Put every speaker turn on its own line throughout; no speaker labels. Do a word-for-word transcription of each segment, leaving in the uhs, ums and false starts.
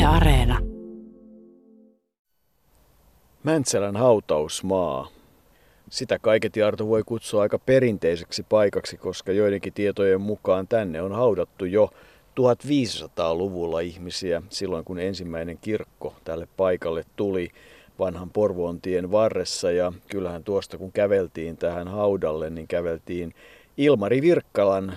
Areena.
Mäntsälän hautausmaa. Sitä kaiketi Arto voi kutsua aika perinteiseksi paikaksi, koska joidenkin tietojen mukaan tänne on haudattu jo tuhatviisisataaluvulla ihmisiä silloin, kun ensimmäinen kirkko tälle paikalle tuli vanhan Porvoontien varressa. Ja kyllähän tuosta kun käveltiin tähän haudalle, niin käveltiin Ilmari Virkkalan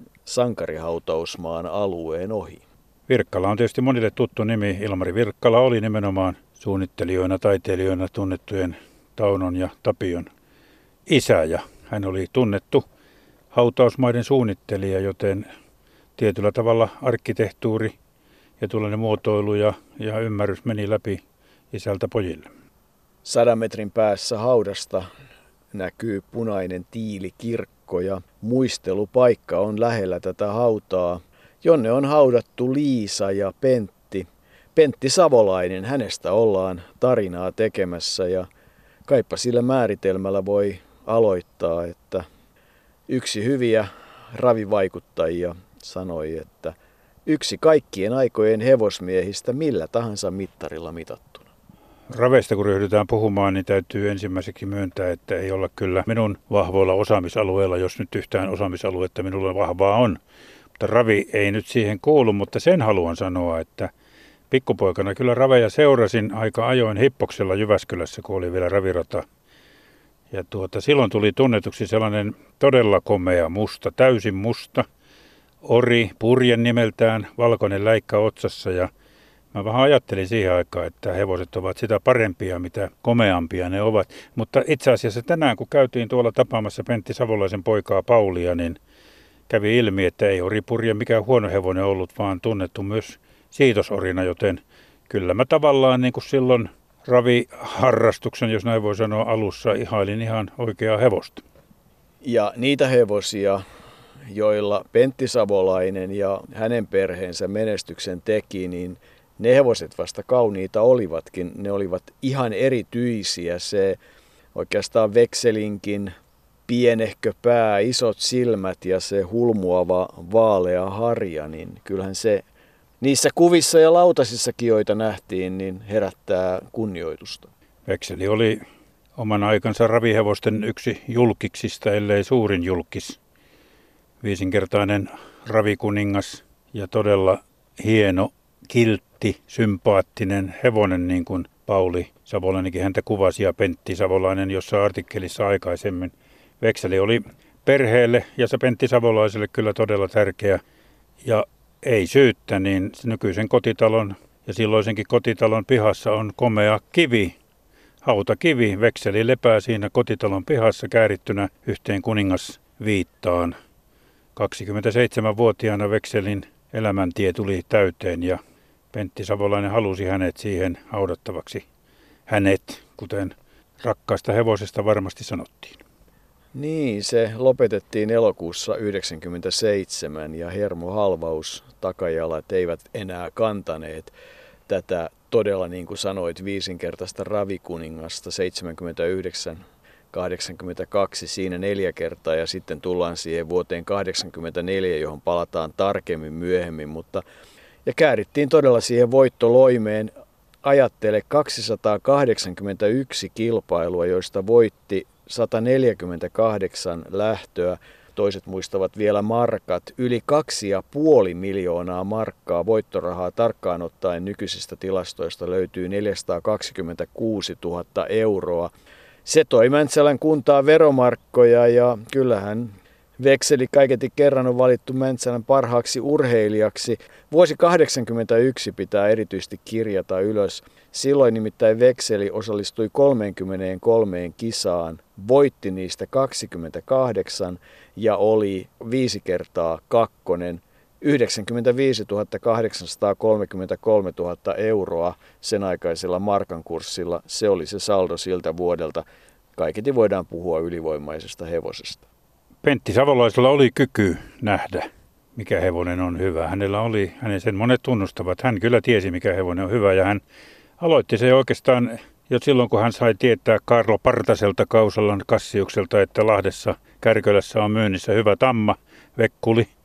sankarihautausmaan alueen ohi.
Virkkala on tietysti monille tuttu nimi. Ilmari Virkkala oli nimenomaan suunnittelijoina, taiteilijoina tunnettujen Taunon ja Tapion isä, ja hän oli tunnettu hautausmaiden suunnittelija, joten tietyllä tavalla arkkitehtuuri ja tuollainen muotoilu ja, ja ymmärrys meni läpi isältä pojille.
Sadan metrin päässä haudasta näkyy punainen tiilikirkko ja muistelupaikka on lähellä tätä hautaa, jonne on haudattu Liisa ja Pentti. Pentti Savolainen, hänestä ollaan tarinaa tekemässä ja kaipa sillä määritelmällä voi aloittaa, että yksi hyviä ravivaikuttajia sanoi, että yksi kaikkien aikojen hevosmiehistä millä tahansa mittarilla mitattuna.
Raveista kun ryhdytään puhumaan, niin täytyy ensimmäiseksi myöntää, että ei olla kyllä minun vahvoilla osaamisalueilla, jos nyt yhtään osaamisaluetta minulla vahvaa on. Mutta ravi ei nyt siihen kuulu, mutta sen haluan sanoa, että pikkupoikana kyllä raveja seurasin aika ajoin Hippoksella Jyväskylässä, kun oli vielä ravirata. Ja tuota, silloin tuli tunnetuksi sellainen todella komea musta, täysin musta, ori, purjen nimeltään, valkoinen läikkä otsassa. Ja mä vähän ajattelin siihen aikaan, että hevoset ovat sitä parempia, mitä komeampia ne ovat. Mutta itse asiassa tänään, kun käytiin tuolla tapaamassa Pentti Savolaisen poikaa Paulia, niin kävi ilmi, että ei oripurje mikään huono hevonen ollut, vaan tunnettu myös siitosorina, joten kyllä mä tavallaan niin kuin silloin raviharrastuksen, jos näin voi sanoa, alussa ihailin ihan oikeaa hevosta.
Ja niitä hevosia, joilla Pentti Savolainen ja hänen perheensä menestyksen teki, niin ne hevoset vasta kauniita olivatkin. Ne olivat ihan erityisiä. Se oikeastaan vekselinkin pienehkö pää, isot silmät ja se hulmuava vaalea harja, niin kyllähän se niissä kuvissa ja lautasissakin, joita nähtiin, niin herättää kunnioitusta.
Vekseli oli oman aikansa ravihevosten yksi julkiksista, ellei suurin julkis. Viisinkertainen ravikuningas ja todella hieno, kiltti, sympaattinen hevonen, niin kuin Pauli Savolainenkin häntä kuvasi ja Pentti Savolainen jossain artikkelissa aikaisemmin. Vekseli oli perheelle ja se Pentti Savolaiselle kyllä todella tärkeä. Ja ei syyttä, niin nykyisen kotitalon ja silloisenkin kotitalon pihassa on komea kivi, hautakivi. Vekseli lepää siinä kotitalon pihassa käärittynä yhteen kuningasviittaan. kaksikymmentäseitsemänvuotiaana Vekselin elämäntie tuli täyteen ja Pentti Savolainen halusi hänet siihen haudattavaksi. Hänet, kuten rakkaasta hevosesta varmasti sanottiin.
Niin, se lopetettiin elokuussa yhdeksänkymmentäseitsemän ja hermohalvaus, takajalat eivät enää kantaneet tätä todella, niin kuin sanoit, viisinkertaista ravikuningasta, seitsemänkymmentäyhdeksän kahdeksankymmentäkaksi siinä neljä kertaa ja sitten tullaan siihen vuoteen kahdeksankymmentäneljä, johon palataan tarkemmin myöhemmin, mutta ja käärittiin todella siihen voittoloimeen. Ajattele kaksisataakahdeksankymmentäyksi kilpailua, joista voitti sata neljäkymmentäkahdeksan lähtöä. Toiset muistavat vielä markat. Yli kaksi ja puoli miljoonaa markkaa voittorahaa tarkkaan ottaen nykyisistä tilastoista löytyy neljäsataakaksikymmentäkuusituhatta euroa. Se toi Mäntsälän kuntaa veromarkkoja ja kyllähän Vekseli kaiketi kerran on valittu Mäntsälän parhaaksi urheilijaksi. Vuosi kahdeksankymmentäyksi pitää erityisesti kirjata ylös. Silloin nimittäin Vekseli osallistui kolmekymmentäkolme kisaan, voitti niistä kaksikymmentäkahdeksan ja oli viisi kertaa kakkonen. yhdeksänkymmentäviisituhatta kahdeksansataakolmekymmentäkolme euroa sen aikaisella markan kurssilla. Se oli se saldo siltä vuodelta. Kaiketi voidaan puhua ylivoimaisesta hevosesta.
Pentti Savolaisella oli kyky nähdä, mikä hevonen on hyvä. Hänellä oli, hänen sen monet tunnustavat. Hän kyllä tiesi, mikä hevonen on hyvä ja hän aloitti se oikeastaan jo silloin, kun hän sai tietää Karlo Partaselta Kausalan Kassiukselta, että Lahdessa Kärkölässä on myynnissä hyvä tamma, Vekkuli.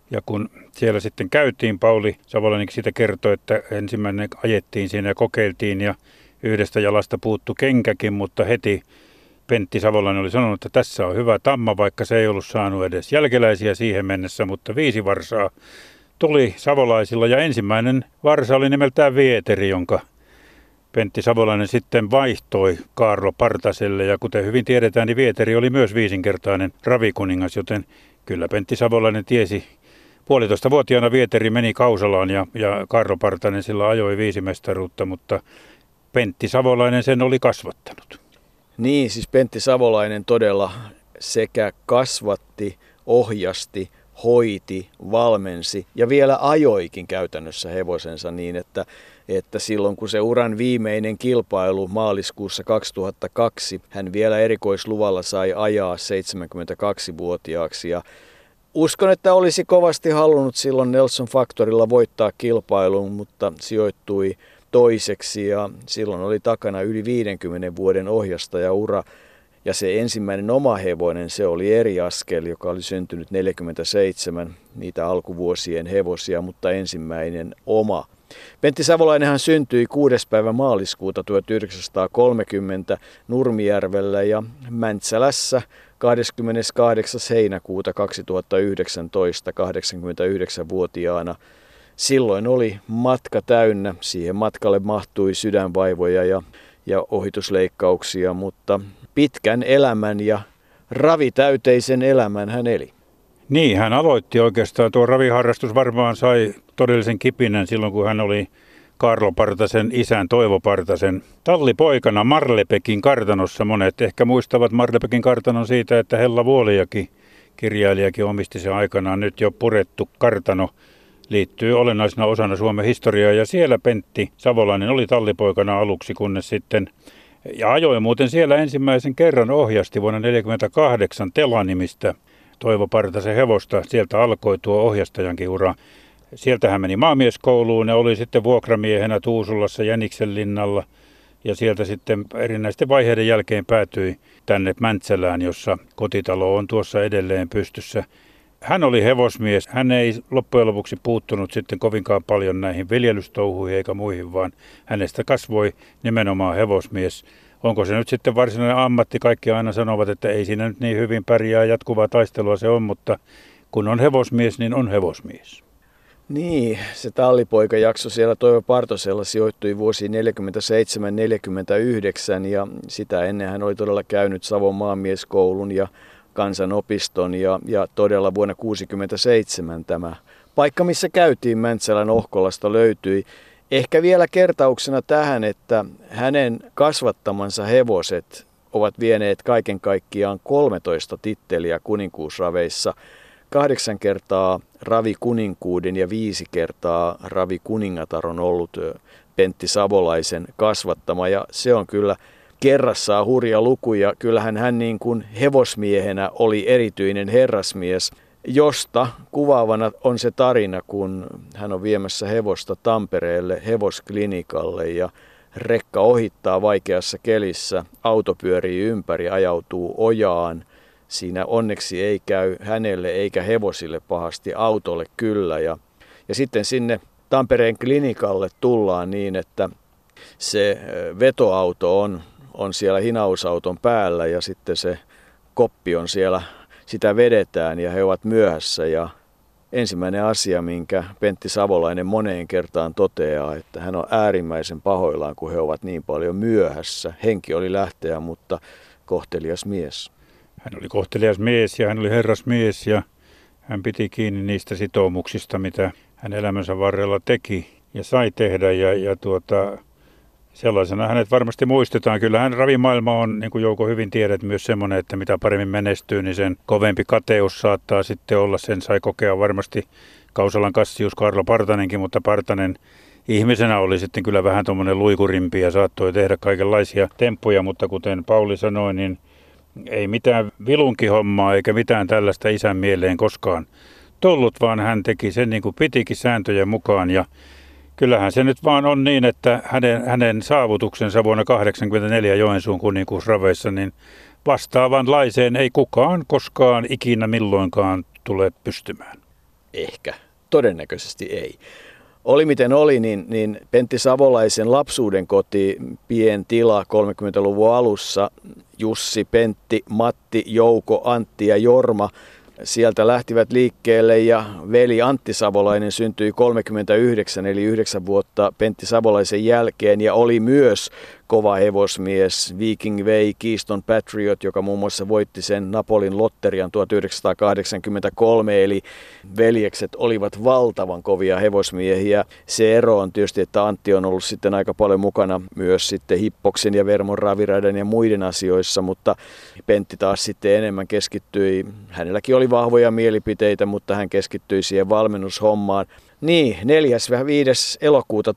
Ja kun siellä sitten käytiin, Pauli Savolainen siitä kertoi, että ensimmäinen ajettiin siinä ja kokeiltiin ja yhdestä jalasta puuttu kenkäkin, mutta heti Pentti Savolainen oli sanonut, että tässä on hyvä tamma, vaikka se ei ollut saanut edes jälkeläisiä siihen mennessä, mutta viisi varsaa tuli savolaisilla ja ensimmäinen varsa oli nimeltään Vieteri, jonka Pentti Savolainen sitten vaihtoi Kaarlo Partaselle ja kuten hyvin tiedetään, niin Vieteri oli myös viisinkertainen ravikuningas, joten kyllä Pentti Savolainen tiesi. Puolitoista vuotiaana Vieteri meni Kausalaan ja, ja Kaarlo Partanen sillä ajoi viisimestaruutta, mutta Pentti Savolainen sen oli kasvattanut.
Niin, siis Pentti Savolainen todella sekä kasvatti, ohjasti, hoiti, valmensi ja vielä ajoikin käytännössä hevosensa niin, että, että silloin kun se uran viimeinen kilpailu maaliskuussa kaksituhattakaksi, hän vielä erikoisluvalla sai ajaa seitsemänkymmentäkaksivuotiaaksi ja uskon, että olisi kovasti halunnut silloin Nelson Factorilla voittaa kilpailun, mutta sijoittui toiseksi ja silloin oli takana yli viidenkymmenen vuoden ohjastajaura. Ja se ensimmäinen oma hevonen, se oli eri askel, joka oli syntynyt neljäkymmentäseitsemän, niitä alkuvuosien hevosia, mutta ensimmäinen oma. Pentti Savolainenhan syntyi kuudes päivä maaliskuuta tuhatyhdeksänsataakolmekymmentä Nurmijärvellä ja Mäntsälässä kahdeskymmeneskahdeksas heinäkuuta kaksituhattayhdeksäntoista kahdeksankymmentäyhdeksänvuotiaana. Silloin oli matka täynnä, siihen matkalle mahtui sydänvaivoja ja, ja ohitusleikkauksia, mutta pitkän elämän ja ravitäyteisen elämän hän eli.
Niin, hän aloitti oikeastaan. Tuo raviharrastus varmaan sai todellisen kipinän silloin, kun hän oli Kaarlo Partasen isän Toivo Partasen tallipoikana Marlepekin kartanossa. Monet ehkä muistavat Marlepekin kartanon siitä, että Hella Vuoliakin, kirjailijakin, omisti sen aikanaan. Nyt jo purettu kartano liittyy olennaisena osana Suomen historiaa ja siellä Pentti Savolainen oli tallipoikana aluksi, kunnes sitten ja ajoi muuten siellä ensimmäisen kerran ohjasti vuonna tuhatyhdeksänsataaneljäkymmentäkahdeksan Tela-nimistä Toivo Partasen hevosta. Sieltä alkoi tuo ohjastajankin ura. Sieltä hän meni maamieskouluun ja oli sitten vuokramiehenä Tuusulassa Jäniksenlinnalla. Ja sieltä sitten erinäisten vaiheiden jälkeen päätyi tänne Mäntsälään, jossa kotitalo on tuossa edelleen pystyssä. Hän oli hevosmies. Hän ei loppujen lopuksi puuttunut sitten kovinkaan paljon näihin viljelystouhuihin eikä muihin, vaan hänestä kasvoi nimenomaan hevosmies. Onko se nyt sitten varsinainen ammatti? Kaikki aina sanovat, että ei siinä nyt niin hyvin pärjää, jatkuvaa taistelua se on, mutta kun on hevosmies, niin on hevosmies.
Niin, se tallipoikajakso siellä Toivo Partosella sijoittui vuosiin neljäkymmentäseitsemän neljäkymmentäyhdeksän ja sitä ennen hän oli todella käynyt Savon maamieskoulun ja kansanopiston ja, ja todella vuonna tuhatyhdeksänsataakuusikymmentäseitsemän tämä paikka, missä käytiin Mäntsälän Ohkolasta löytyi. Ehkä vielä kertauksena tähän, että hänen kasvattamansa hevoset ovat vieneet kaiken kaikkiaan kolmetoista titteliä kuninkuusraveissa. Kahdeksan kertaa ravikuninkuuden ja viisi kertaa ravikuningatar on ollut Pentti Savolaisen kasvattama ja se on kyllä kerrassaan hurja luku ja kyllähän hän niin kuin hevosmiehenä oli erityinen herrasmies, josta kuvaavana on se tarina, kun hän on viemässä hevosta Tampereelle hevosklinikalle ja rekka ohittaa vaikeassa kelissä, auto pyörii ympäri, ajautuu ojaan. Siinä onneksi ei käy hänelle eikä hevosille pahasti, autolle kyllä. Ja, ja sitten sinne Tampereen klinikalle tullaan niin, että se vetoauto on, on siellä hinausauton päällä ja sitten se koppi on siellä, sitä vedetään ja he ovat myöhässä. Ja ensimmäinen asia, minkä Pentti Savolainen moneen kertaan toteaa, että hän on äärimmäisen pahoillaan, kun he ovat niin paljon myöhässä. Henki oli lähteä, mutta kohtelias mies.
Hän oli kohtelias mies ja hän oli herrasmies ja hän piti kiinni niistä sitoumuksista, mitä hän elämänsä varrella teki ja sai tehdä. Ja, ja tuota, sellaisena hänet varmasti muistetaan. Kyllähän ravimaailma on, niin kuin Jouko hyvin tiedät, myös semmoinen, että mitä paremmin menestyy, niin sen kovempi kateus saattaa sitten olla. Sen sai kokea varmasti Kausalan Kassius Kaarlo Partanenkin, mutta Partanen ihmisenä oli sitten kyllä vähän tuommoinen luikurimpi ja saattoi tehdä kaikenlaisia temppuja, mutta kuten Pauli sanoi, niin ei mitään vilunkihommaa eikä mitään tällaista isän mieleen koskaan tullut, vaan hän teki sen niin kuin pitikin sääntöjen mukaan. Ja kyllähän se nyt vaan on niin, että hänen, hänen saavutuksensa vuonna tuhatyhdeksänsataakahdeksankymmentäneljä Joensuun kuninkuusraveissa, niin vastaavanlaiseen ei kukaan koskaan ikinä milloinkaan tule pystymään.
Ehkä. Todennäköisesti ei. Oli miten oli, niin, niin Pentti Savolaisen lapsuuden koti, pientila kolmekymmentäluvun alussa, Jussi, Pentti, Matti, Jouko, Antti ja Jorma sieltä lähtivät liikkeelle ja veli Antti Savolainen syntyi kolmekymmentäyhdeksän eli yhdeksän vuotta Pentti Savolaisen jälkeen ja oli myös kova hevosmies, Viking Vei, Keystone Patriot, joka muun muassa voitti sen Napolin lotterian tuhatyhdeksänsataakahdeksankymmentäkolme, eli veljekset olivat valtavan kovia hevosmiehiä. Se ero on tietysti, että Antti on ollut sitten aika paljon mukana myös sitten Hippoksen ja Vermon Raviradan ja muiden asioissa, mutta Pentti taas sitten enemmän keskittyi, hänelläkin oli vahvoja mielipiteitä, mutta hän keskittyi siihen valmennushommaan. Niin, neljäs viides elokuuta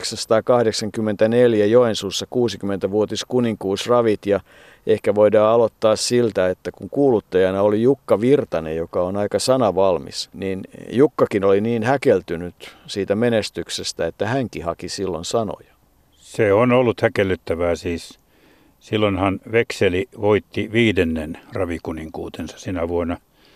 tuhatyhdeksänsataakahdeksankymmentäneljä Joensuussa kuusikymmentävuotis kuninkuusravit ja ehkä voidaan aloittaa siltä, että kun kuuluttajana oli Jukka Virtanen, joka on aika sanavalmis, niin Jukkakin oli niin häkeltynyt siitä menestyksestä, että hänkin haki silloin sanoja.
Se on ollut häkellyttävää siis. Silloinhan Vekseli voitti viidennen ravikuninkuutensa sinä vuonna.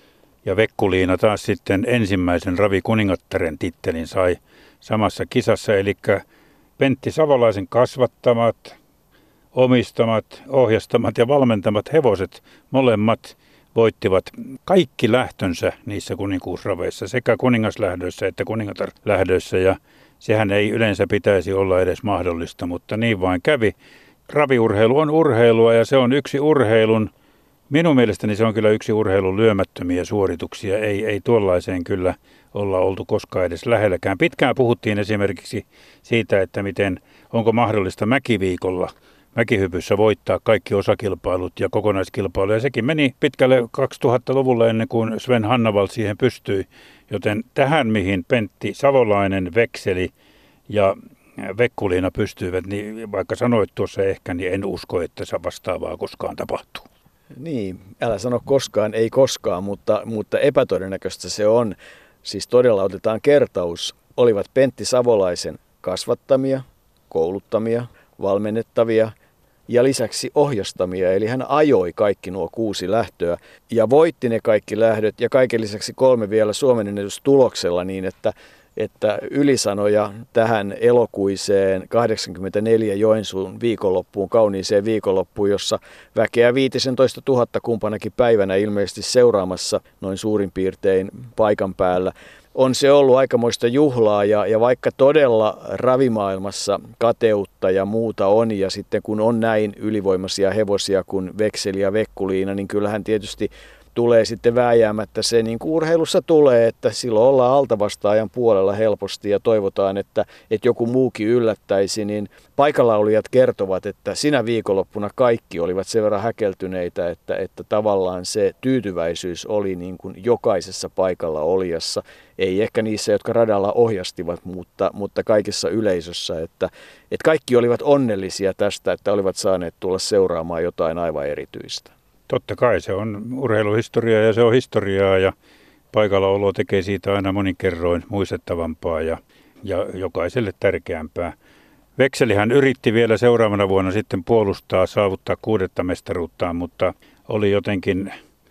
Ja Vekkuliina taas sitten ensimmäisen ravikuningattaren tittelin sai samassa kisassa. Eli Pentti Savolaisen kasvattamat, omistamat, ohjastamat ja valmentamat hevoset molemmat voittivat kaikki lähtönsä niissä kuninkuusraveissa, sekä kuningaslähdöissä että kuningatarlähdöissä. Ja sehän ei yleensä pitäisi olla edes mahdollista, mutta niin vain kävi. Raviurheilu on urheilua ja se on yksi urheilun, minun mielestäni se on kyllä yksi urheilun lyömättömiä suorituksia. Ei, ei tuollaiseen kyllä olla oltu koskaan edes lähelläkään. Pitkään puhuttiin esimerkiksi siitä, että miten onko mahdollista mäkiviikolla mäkihypyssä voittaa kaikki osakilpailut ja kokonaiskilpailu. Ja sekin meni pitkälle kaksituhattaluvulle ennen kuin Sven Hannawald siihen pystyi. Joten tähän, mihin Pentti Savolainen, Vekseli ja Vekkuliina pystyivät, niin vaikka sanoit tuossa ehkä, niin en usko, että se vastaavaa koskaan tapahtuu.
Niin, älä sano koskaan, ei koskaan, mutta, mutta epätodennäköistä se on. Siis todella otetaan kertaus. Olivat Pentti Savolaisen kasvattamia, kouluttamia, valmennettavia ja lisäksi ohjastamia. Eli hän ajoi kaikki nuo kuusi lähtöä ja voitti ne kaikki lähdöt ja kaiken lisäksi kolme vielä Suomen ennätystuloksella niin, että että ylisanoja tähän elokuiseen kahdeksankymmentäneljä Joensuun viikonloppuun, kauniiseen viikonloppuun, jossa väkeä viisitoista tuhatta kumpanakin päivänä ilmeisesti seuraamassa noin suurin piirtein paikan päällä. On se ollut aikamoista juhlaa ja, ja vaikka todella ravimaailmassa kateutta ja muuta on ja sitten kun on näin ylivoimaisia hevosia kuin Vekseli ja Vekkuliina, niin kyllähän tietysti tulee sitten vääjäämättä se, niin kuin urheilussa tulee, että silloin ollaan altavastaajan puolella helposti ja toivotaan, että, että joku muukin yllättäisi, niin paikallaolijat kertovat, että sinä viikonloppuna kaikki olivat sen verran häkeltyneitä, että, että tavallaan se tyytyväisyys oli niin kuin jokaisessa paikallaolijassa, ei ehkä niissä, jotka radalla ohjastivat, mutta, mutta kaikessa yleisössä, että, että kaikki olivat onnellisia tästä, että olivat saaneet tulla seuraamaan jotain aivan erityistä.
Totta kai se on urheiluhistoriaa ja se on historiaa ja paikallaolo tekee siitä aina monin kerroin muistettavampaa ja, ja jokaiselle tärkeämpää. Vekselihän yritti vielä seuraavana vuonna sitten puolustaa, saavuttaa kuudetta mestaruuttaan, mutta oli jotenkin,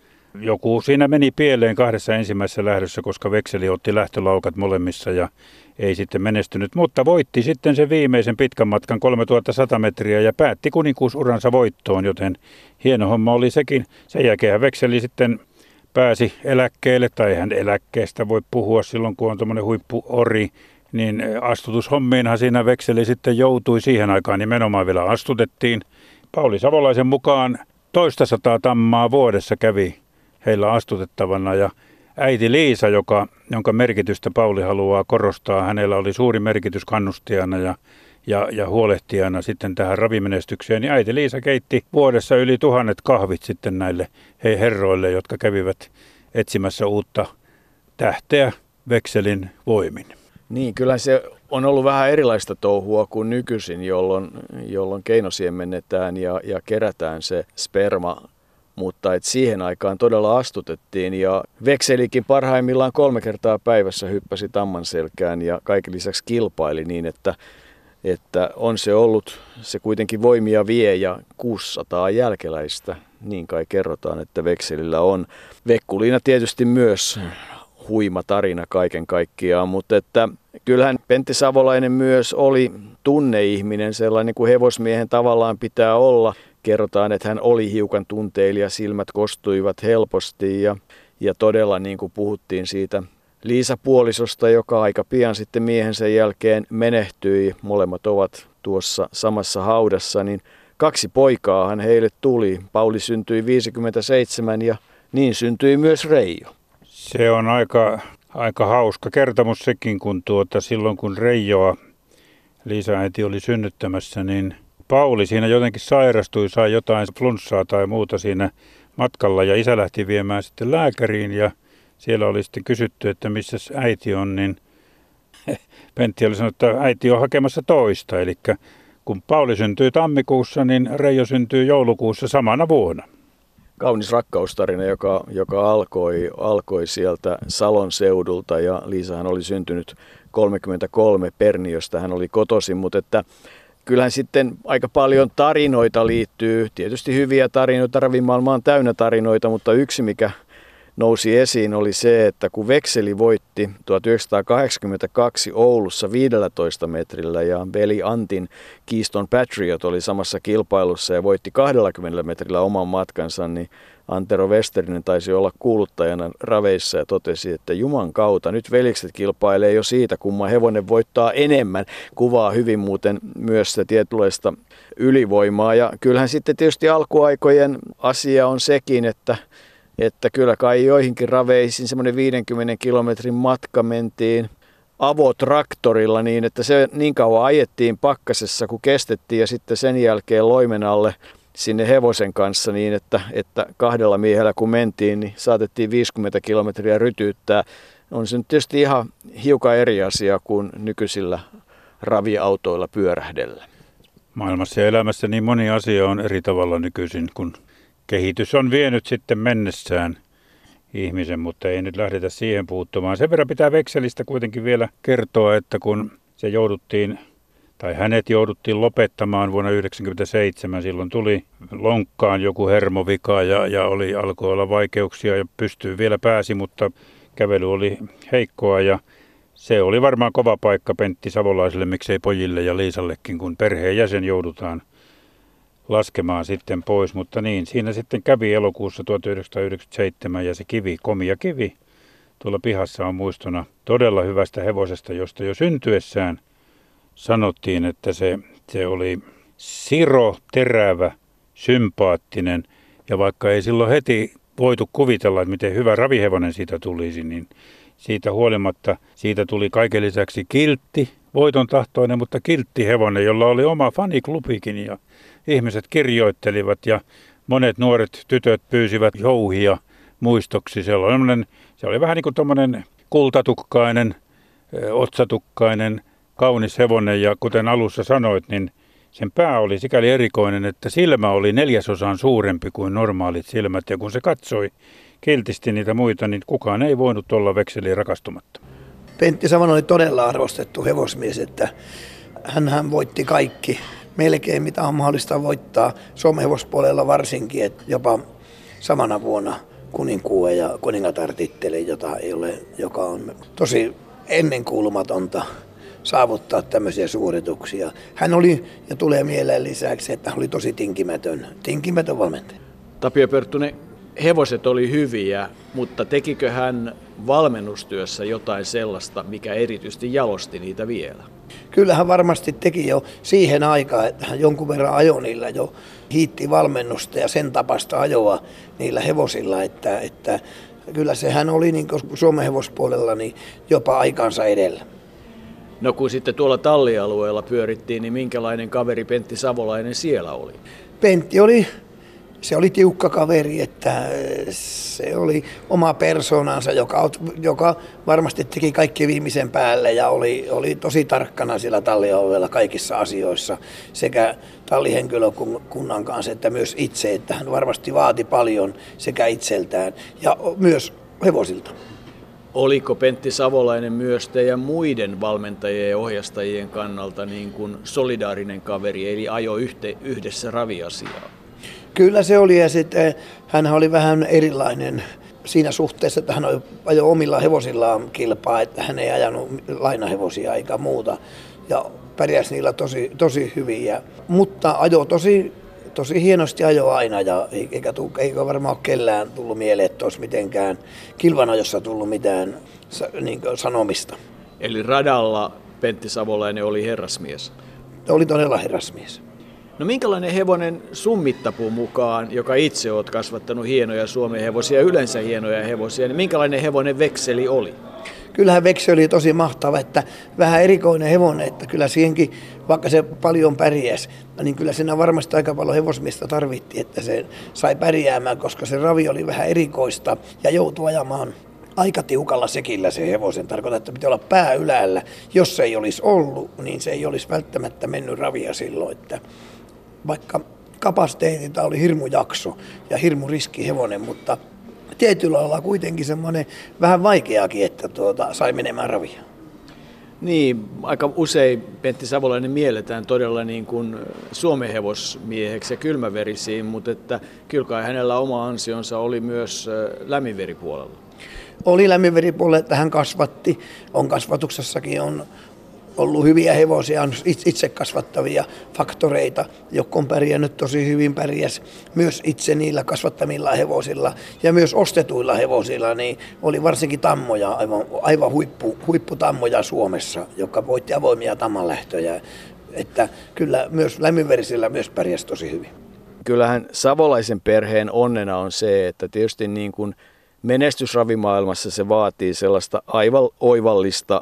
joku siinä meni pieleen kahdessa ensimmäisessä lähdössä, koska Vekseli otti lähtölaukat molemmissa ja ei sitten menestynyt, mutta voitti sitten sen viimeisen pitkän matkan kolmetuhattasata metriä ja päätti kuninkuusuransa voittoon, joten hieno homma oli sekin. Sen jälkeen Vekseli sitten pääsi eläkkeelle, tai hän eläkkeestä voi puhua silloin, kun on tuommoinen huippuori, niin astutushommiinhan siinä Vekseli sitten joutui siihen aikaan, nimenomaan vielä astutettiin. Pauli Savolaisen mukaan toista sataa tammaa vuodessa kävi heillä astutettavana ja äiti Liisa, joka, jonka merkitystä Pauli haluaa korostaa, hänellä oli suuri merkitys kannustijana ja, ja, ja huolehtijana sitten tähän ravimenestykseen, niin äiti Liisa keitti vuodessa yli tuhannet kahvit sitten näille hei herroille, jotka kävivät etsimässä uutta tähteä Vekselin voimin.
Niin, kyllä se on ollut vähän erilaista touhua kuin nykyisin, jolloin, jolloin keinosiemennetään ja, ja kerätään se sperma. Mutta et siihen aikaan todella astutettiin ja Vekselikin parhaimmillaan kolme kertaa päivässä hyppäsi tamman selkään ja kaiken lisäksi kilpaili niin, että, että on se ollut, se kuitenkin voimia vie ja kuusisataa jälkeläistä, niin kai kerrotaan, että Vekselillä on. Vekkuliina tietysti myös huima tarina kaiken kaikkiaan, mutta että kyllähän Pentti Savolainen myös oli tunneihminen, sellainen kuin hevosmiehen tavallaan pitää olla. Kerrotaan, että hän oli hiukan tunteilija, silmät kostuivat helposti ja, ja todella niin kuin puhuttiin siitä Liisa puolisosta, joka aika pian sitten miehensä jälkeen menehtyi. Molemmat ovat tuossa samassa haudassa, niin kaksi poikaahan heille tuli. Pauli syntyi viisikymmentäseitsemän ja niin syntyi myös Reijo.
Se on aika, aika hauska kertomus sekin, kun tuota, silloin kun Reijoa Liisa-äiti oli synnyttämässä, niin Pauli siinä jotenkin sairastui, sai jotain flunssaa tai muuta siinä matkalla ja isä lähti viemään sitten lääkäriin ja siellä oli sitten kysytty, että missä äiti on, niin Pentti oli sanonut, että äiti on hakemassa toista. Eli kun Pauli syntyi tammikuussa, niin Reijo syntyi joulukuussa samana vuonna.
Kaunis rakkaustarina, joka, joka alkoi, alkoi sieltä Salon seudulta ja Liisahan oli syntynyt kolmekymmentäkolme Perniöstä, hän oli kotoisin, mutta että kyllähän sitten aika paljon tarinoita liittyy, tietysti hyviä tarinoita, ravimaailma on täynnä tarinoita, mutta yksi mikä nousi esiin oli se, että kun Vekseli voitti tuhatyhdeksänsataakahdeksankymmentäkaksi Oulussa viidellätoista metrillä ja veli Antin Keystone Patriot oli samassa kilpailussa ja voitti kaksikymmentä metrillä oman matkansa, niin Antero Westerinen taisi olla kuuluttajana raveissa ja totesi, että Juman kautta nyt velikset kilpailee jo siitä, kumman hevonen voittaa enemmän. Kuvaa hyvin muuten myös se tietynlaista ylivoimaa ja kyllähän sitten tietysti alkuaikojen asia on sekin, että Että kyllä kai joihinkin raveisiin semmoinen viidenkymmenen kilometrin matka mentiin avotraktorilla niin, että se niin kauan ajettiin pakkasessa, kun kestettiin ja sitten sen jälkeen loimen alle sinne hevosen kanssa niin, että, että kahdella miehellä kun mentiin, niin saatettiin viisikymmentä kilometriä rytyyttää. On se nyt tietysti ihan hiukan eri asia kuin nykyisillä raviautoilla pyörähdellä.
Maailmassa ja elämässä niin moni asia on eri tavalla nykyisin, kun kehitys on vienyt sitten mennessään ihmisen, mutta ei nyt lähdetä siihen puuttumaan. Sen verran pitää Vekselistä kuitenkin vielä kertoa, että kun se jouduttiin, tai hänet jouduttiin lopettamaan vuonna yhdeksänkymmentäseitsemän, silloin tuli lonkkaan joku hermovika ja, ja oli, alkoi olla vaikeuksia ja pystyy vielä pääsi, mutta kävely oli heikkoa ja se oli varmaan kova paikka Pentti Savolaiselle, miksei pojille ja Liisallekin, kun perheenjäsen joudutaan laskemaan sitten pois, mutta niin, siinä sitten kävi elokuussa tuhatyhdeksänsataayhdeksänkymmentäseitsemän ja se kivi, komia kivi, tuolla pihassa on muistona todella hyvästä hevosesta, josta jo syntyessään sanottiin, että se, se oli siro, terävä, sympaattinen ja vaikka ei silloin heti voitu kuvitella, että miten hyvä ravihevonen siitä tulisi, niin siitä huolimatta siitä tuli kaiken lisäksi kiltti, voiton tahtoinen, mutta kiltti hevonen, jolla oli oma faniklubikin ja ihmiset kirjoittelivat ja monet nuoret tytöt pyysivät jouhia muistoksi. Se oli, se oli vähän niin kuin tuommoinen kultatukkainen, otsatukkainen, kaunis hevonen ja kuten alussa sanoit, niin sen pää oli sikäli erikoinen, että silmä oli neljäsosan suurempi kuin normaalit silmät ja kun se katsoi kiltisti niitä muita, niin kukaan ei voinut olla Vekseliin rakastumatta.
Pentti Savonen oli todella arvostettu hevosmies, että hänhän voitti kaikki. Melkein mitä on mahdollista voittaa, Suomen-hevospuolella varsinkin, että jopa samana vuonna kuninkuuden ja kuningatar-titteli, jota ei ole, joka on tosi ennenkuulumatonta saavuttaa tämmöisiä suorituksia. Hän oli, ja tulee mieleen lisäksi, että hän oli tosi tinkimätön, tinkimätön valmentaja.
Tapio Perttunen, hevoset oli hyviä, mutta tekikö hän valmennustyössä jotain sellaista, mikä erityisesti jalosti niitä vielä?
Kyllä hän varmasti teki jo siihen aikaan, että hän jonkun verran ajoi niillä jo hiitti valmennusta ja sen tapasta ajoa niillä hevosilla, että, että kyllä sehän oli niin kuin Suomen hevospuolella niin jopa aikansa edellä.
No kun sitten tuolla tallialueella pyörittiin, niin minkälainen kaveri Pentti Savolainen siellä oli?
Pentti oli, se oli tiukka kaveri, että se oli oma persoonansa, joka, joka varmasti teki kaikki viimeisen päälle ja oli, oli tosi tarkkana siellä tallialueella kaikissa asioissa sekä tallihenkilökunnan kanssa että myös itse, että hän varmasti vaati paljon sekä itseltään ja myös hevosilta.
Oliko Pentti Savolainen myös teidän muiden valmentajien ja ohjastajien kannalta niin kuin solidaarinen kaveri, eli ajo yhte, yhdessä raviasiaa?
Kyllä se oli ja sitten hän oli vähän erilainen siinä suhteessa, että hän ajoi omilla hevosillaan kilpaa, että hän ei ajanut lainahevosia eikä muuta. Ja pärjäsi niillä tosi, tosi hyvin. Ja, mutta ajo tosi, tosi hienosti ajo aina ja eikä, tuu, eikä varmaan ole kellään tullut mieleen, että olisi mitenkään kilvanajossa tullut mitään niin sanomista.
Eli radalla Pentti Savolainen oli herrasmies?
Oli todella herrasmies.
No minkälainen hevonen sun mittapuun mukaan, joka itse olet kasvattanut hienoja Suomen hevosia, yleensä hienoja hevosia, niin minkälainen hevonen Vekseli oli?
Kyllähän Vekseli oli tosi mahtava, että vähän erikoinen hevonen, että kyllä siihenkin, vaikka se paljon pärjäsi, niin kyllä siinä varmasti aika paljon hevosmiestä tarvittiin, että se sai pärjäämään, koska se ravi oli vähän erikoista ja joutui ajamaan aika tiukalla sekillä se hevosen. Tarkoittaa, että pitää olla pää ylällä. Jos se ei olisi ollut, niin se ei olisi välttämättä mennyt ravia silloin, että vaikka kapasiteetilta oli hirmu jakso ja hirmu riski hevonen, mutta tietyllä lailla kuitenkin semmoinen vähän vaikeakin, että tuota, sai menemään ravia.
Niin, aika usein Pentti Savolainen mielletään todella niin kuin Suomen hevosmieheksi ja kylmäverisiin, mutta että kyllä kai hänellä oma ansionsa oli myös lämminveripuolella.
Oli lämminveripuolella, että hän kasvatti. On kasvatuksessakin on ollut hyviä hevosia, on itse kasvattavia faktoreita, jotka on pärjännyt tosi hyvin, pärjäs myös itse niillä kasvattamilla hevosilla ja myös ostetuilla hevosilla, niin oli varsinkin tammoja, aivan, aivan huippu, huipputammoja Suomessa, joka voitti avoimia tammanlähtöjä, että kyllä myös lämminverisillä myös pärjäs tosi hyvin.
Kyllähän Savolaisen perheen onnena on se, että tietysti niin kuin menestysravimaailmassa se vaatii sellaista aivan oivallista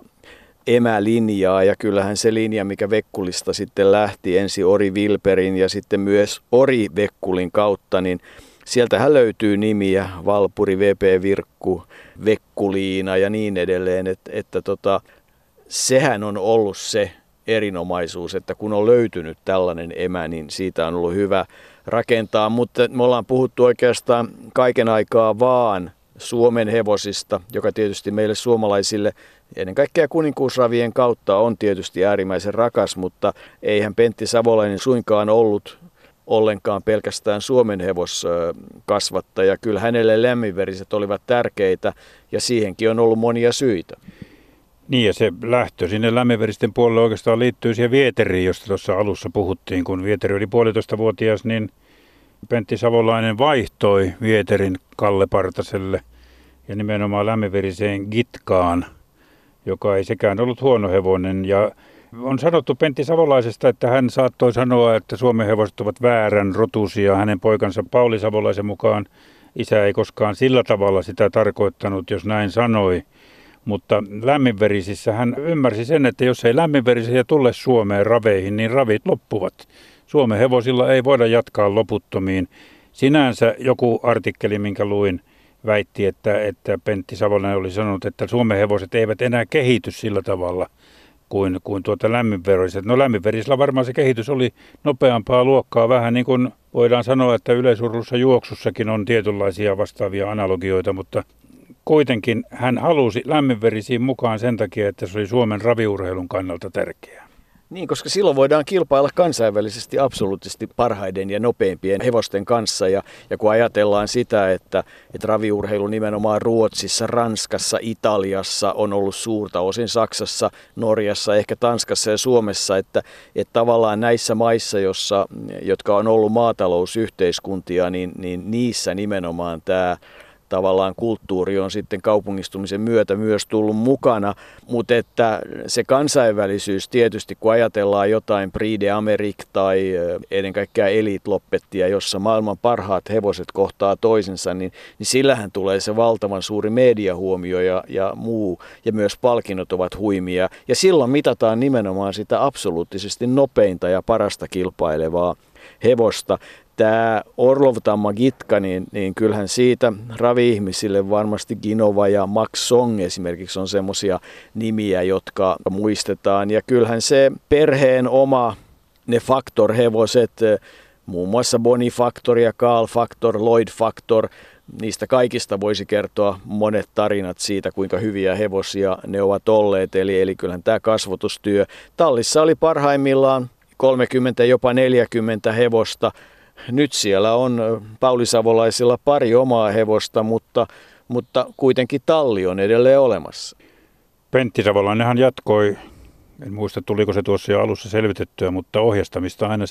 emälinjaa, ja kyllähän se linja, mikä Vekkulista sitten lähti ensin Ori Vilperin ja sitten myös Ori Vekkulin kautta, niin sieltähän löytyy nimiä Valpuri, V P Virkku, Vekkuliina ja niin edelleen, että, että tota, sehän on ollut se erinomaisuus, että kun on löytynyt tällainen emä, niin siitä on ollut hyvä rakentaa, mutta me ollaan puhuttu oikeastaan kaiken aikaa vaan Suomen hevosista, joka tietysti meille suomalaisille ennen kaikkea kuninkuusravien kautta on tietysti äärimmäisen rakas, mutta eihän Pentti Savolainen suinkaan ollut ollenkaan pelkästään Suomen hevoskasvattaja. Kyllä hänelle lämminveriset olivat tärkeitä ja siihenkin on ollut monia syitä.
Niin, ja se lähtö sinne lämminveristen puolelle oikeastaan liittyy siihen Vieteriin, josta tuossa alussa puhuttiin. Kun Vieteri oli puolitoista vuotias, niin Pentti Savolainen vaihtoi Vieterin Kalle Partaselle ja nimenomaan lämminveriseen Gitkaan, joka ei sekään ollut huono hevonen. Ja on sanottu Pentti Savolaisesta, että hän saattoi sanoa, että Suomen hevoset ovat väärän rotuisia. Hänen poikansa Pauli Savolaisen mukaan isä ei koskaan sillä tavalla sitä tarkoittanut, jos näin sanoi. Mutta lämminverisissä hän ymmärsi sen, että jos ei lämminverisiä tule Suomeen raveihin, niin ravit loppuvat. Suomen hevosilla ei voida jatkaa loputtomiin. Sinänsä joku artikkeli, minkä luin, väitti, että, että Pentti Savolainen oli sanonut, että Suomen hevoset eivät enää kehity sillä tavalla kuin, kuin tuota lämminveriset. No lämminverisillä varmaan se kehitys oli nopeampaa luokkaa, vähän niin kuin voidaan sanoa, että yleisurheilussa juoksussakin on tietynlaisia vastaavia analogioita, mutta kuitenkin hän halusi lämminverisiin mukaan sen takia, että se oli Suomen raviurheilun kannalta tärkeää.
Niin, koska silloin voidaan kilpailla kansainvälisesti absoluuttisesti parhaiden ja nopeimpien hevosten kanssa. Ja, ja kun ajatellaan sitä, että, että raviurheilu nimenomaan Ruotsissa, Ranskassa, Italiassa on ollut suurta, osin Saksassa, Norjassa, ehkä Tanskassa ja Suomessa, että, että tavallaan näissä maissa, jossa, jotka on ollut maatalousyhteiskuntia, niin, niin niissä nimenomaan tämä tavallaan kulttuuri on sitten kaupungistumisen myötä myös tullut mukana, mutta että se kansainvälisyys tietysti, kun ajatellaan jotain Prix d'Amérique tai ennen kaikkea Elite Loppettia, jossa maailman parhaat hevoset kohtaa toisensa, niin, niin sillähän tulee se valtavan suuri mediahuomio ja, ja muu, ja myös palkinnot ovat huimia, ja silloin mitataan nimenomaan sitä absoluuttisesti nopeinta ja parasta kilpailevaa hevosta. Tämä Orlov-tamma Gitka, niin, niin kyllähän siitä ravi-ihmisille varmasti Ginova ja Max Song esimerkiksi on semmoisia nimiä, jotka muistetaan. Ja kyllähän se perheen oma, ne Factor-hevoset, muun muassa Bonnie Factor ja Carl Factor, Lloyd Factor, niistä kaikista voisi kertoa monet tarinat siitä, kuinka hyviä hevosia ne ovat olleet. Eli, eli kyllähän tämä kasvatustyö. Tallissa oli parhaimmillaan kolmekymmentä, jopa neljäkymmentä hevosta. Nyt siellä on Pauli Savolaisilla pari omaa hevosta, mutta, mutta kuitenkin talli on edelleen olemassa.
Pentti Savolainenhan jatkoi, en muista tuliko se tuossa jo alussa selvitettyä, mutta ohjastamista aina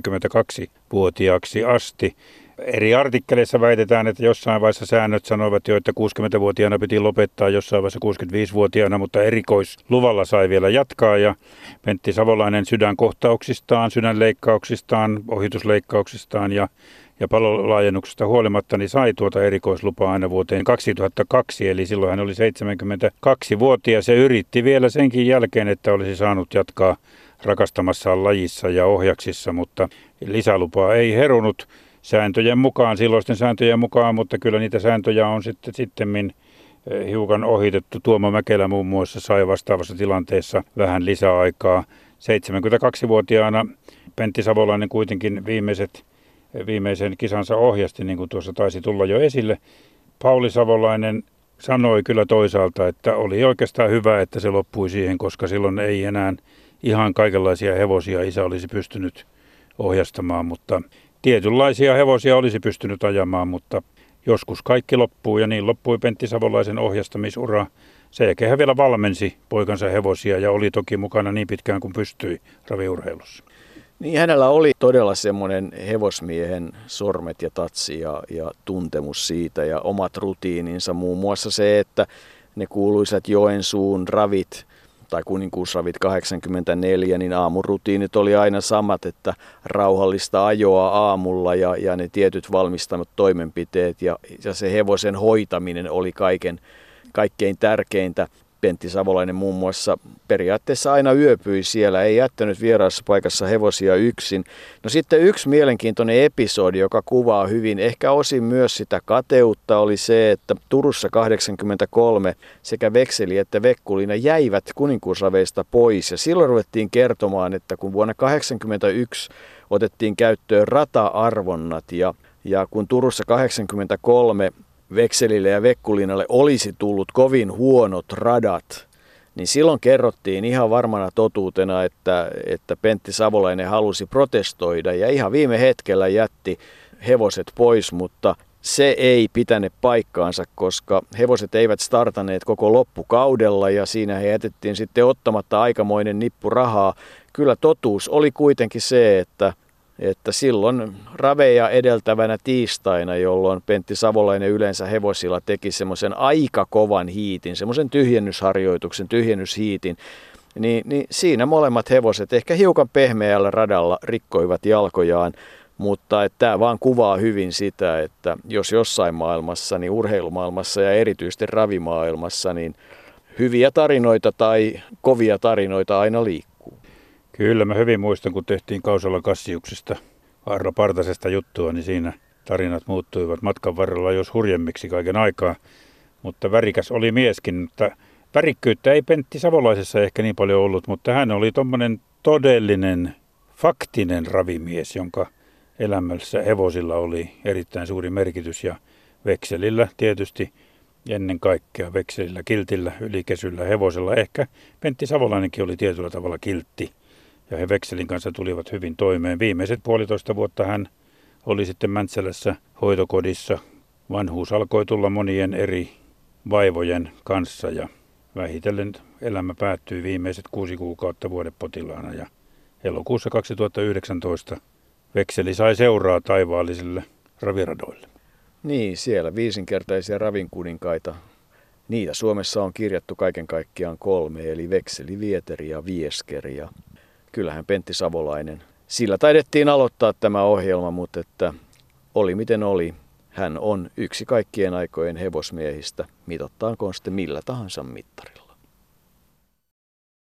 seitsemänkymmentäkaksivuotiaaksi asti. Eri artikkeleissa väitetään, että jossain vaiheessa säännöt sanoivat jo, että kuusikymmentävuotiaana piti lopettaa, jossain vaiheessa kuusikymmentäviisivuotiaana, mutta erikoisluvalla sai vielä jatkaa. Ja Pentti Savolainen sydänkohtauksistaan, sydänleikkauksistaan, ohitusleikkauksistaan ja, ja palolaajennuksesta huolimatta niin sai tuota erikoislupaa aina vuoteen kaksituhattakaksi, eli silloin hän oli seitsemänkymmentäkaksivuotias ja yritti vielä senkin jälkeen, että olisi saanut jatkaa rakastamassaan lajissa ja ohjaksissa, mutta lisälupaa ei herunut. Sääntöjen mukaan, silloisten sääntöjen mukaan, mutta kyllä niitä sääntöjä on sitten sittemmin hiukan ohitettu. Tuomo Mäkelä muun muassa sai vastaavassa tilanteessa vähän lisäaikaa. seitsemänkymmentäkaksivuotiaana Pentti Savolainen kuitenkin viimeiset, viimeisen kisansa ohjasti, niin kuin tuossa taisi tulla jo esille. Pauli Savolainen sanoi kyllä toisaalta, että oli oikeastaan hyvä, että se loppui siihen, koska silloin ei enää ihan kaikenlaisia hevosia isä olisi pystynyt ohjastamaan, mutta tietynlaisia hevosia olisi pystynyt ajamaan, mutta joskus kaikki loppuu ja niin loppui Pentti Savolaisen ohjastamisura. Sen jälkeen hän vielä valmensi poikansa hevosia ja oli toki mukana niin pitkään kuin pystyi raviurheilussa.
Niin hänellä oli todella semmoinen hevosmiehen sormet ja tatsi ja, ja tuntemus siitä ja omat rutiininsa. Muun muassa se, että ne kuuluisat Joensuun ravit tai kuninkuusravit kahdeksankymmentäneljä, niin aamurutiinit oli aina samat, että rauhallista ajoa aamulla ja, ja ne tietyt valmistamat toimenpiteet ja, ja se hevosen hoitaminen oli kaiken, kaikkein tärkeintä. Pentti Savolainen muun muassa periaatteessa aina yöpyi siellä, ei jättänyt vieraassa paikassa hevosia yksin. No sitten yksi mielenkiintoinen episodi, joka kuvaa hyvin, ehkä osin myös sitä kateutta, oli se, että Turussa kahdeksankymmentäkolme sekä Vekseli että Vekkulina jäivät kuninkuusraveista pois. Ja silloin ruvettiin kertomaan, että kun vuonna kahdeksankymmentäyksi otettiin käyttöön rata-arvonnat ja, ja kun Turussa kahdeksankymmentäkolme Vekselille ja Vekkulinalle olisi tullut kovin huonot radat, niin silloin kerrottiin ihan varmana totuutena, että, että Pentti Savolainen halusi protestoida ja ihan viime hetkellä jätti hevoset pois, mutta se ei pitänyt paikkaansa, koska hevoset eivät startaneet koko loppukaudella ja siinä he jätettiin sitten ottamatta aikamoinen nippu rahaa. Kyllä totuus oli kuitenkin se, että Että silloin raveja edeltävänä tiistaina, jolloin Pentti Savolainen yleensä hevosilla teki semmoisen aika kovan hiitin, semmoisen tyhjennysharjoituksen, tyhjennyshiitin, niin, niin siinä molemmat hevoset ehkä hiukan pehmeällä radalla rikkoivat jalkojaan, mutta tämä vaan kuvaa hyvin sitä, että jos jossain maailmassa, niin urheilumaailmassa ja erityisesti ravimaailmassa, niin hyviä tarinoita tai kovia tarinoita aina liikkuu.
Kyllä, mä hyvin muistan, kun tehtiin Kausalan Kassiuksesta Arla Partasesta juttua, niin siinä tarinat muuttuivat matkan varrella jos hurjemmiksi kaiken aikaa. Mutta värikäs oli mieskin, mutta värikkyyttä ei Pentti Savolaisessa ehkä niin paljon ollut, mutta hän oli tommonen todellinen, faktinen ravimies, jonka elämässä hevosilla oli erittäin suuri merkitys ja Vekselillä tietysti ennen kaikkea, Vekselillä, kiltillä, ylikesyllä, hevosella. Ehkä Pentti Savolainenkin oli tietyllä tavalla kiltti. Ja he Vekselin kanssa tulivat hyvin toimeen. Viimeiset puolitoista vuotta hän oli sitten Mäntsälässä hoitokodissa. Vanhuus alkoi tulla monien eri vaivojen kanssa ja vähitellen elämä päättyi viimeiset kuusi kuukautta vuodepotilaana. Ja elokuussa kaksituhattayhdeksäntoista Vekseli sai seuraa taivaallisille raviradoille.
Niin, siellä viisinkertaisia ravinkuninkaita. Niitä Suomessa on kirjattu kaiken kaikkiaan kolme, eli Vekseli, Vieteri ja Vieskeri. Ja kyllähän Pentti Savolainen. Sillä taidettiin aloittaa tämä ohjelma, mutta että oli miten oli. Hän on yksi kaikkien aikojen hevosmiehistä, mitattaanko sitten millä tahansa mittarilla.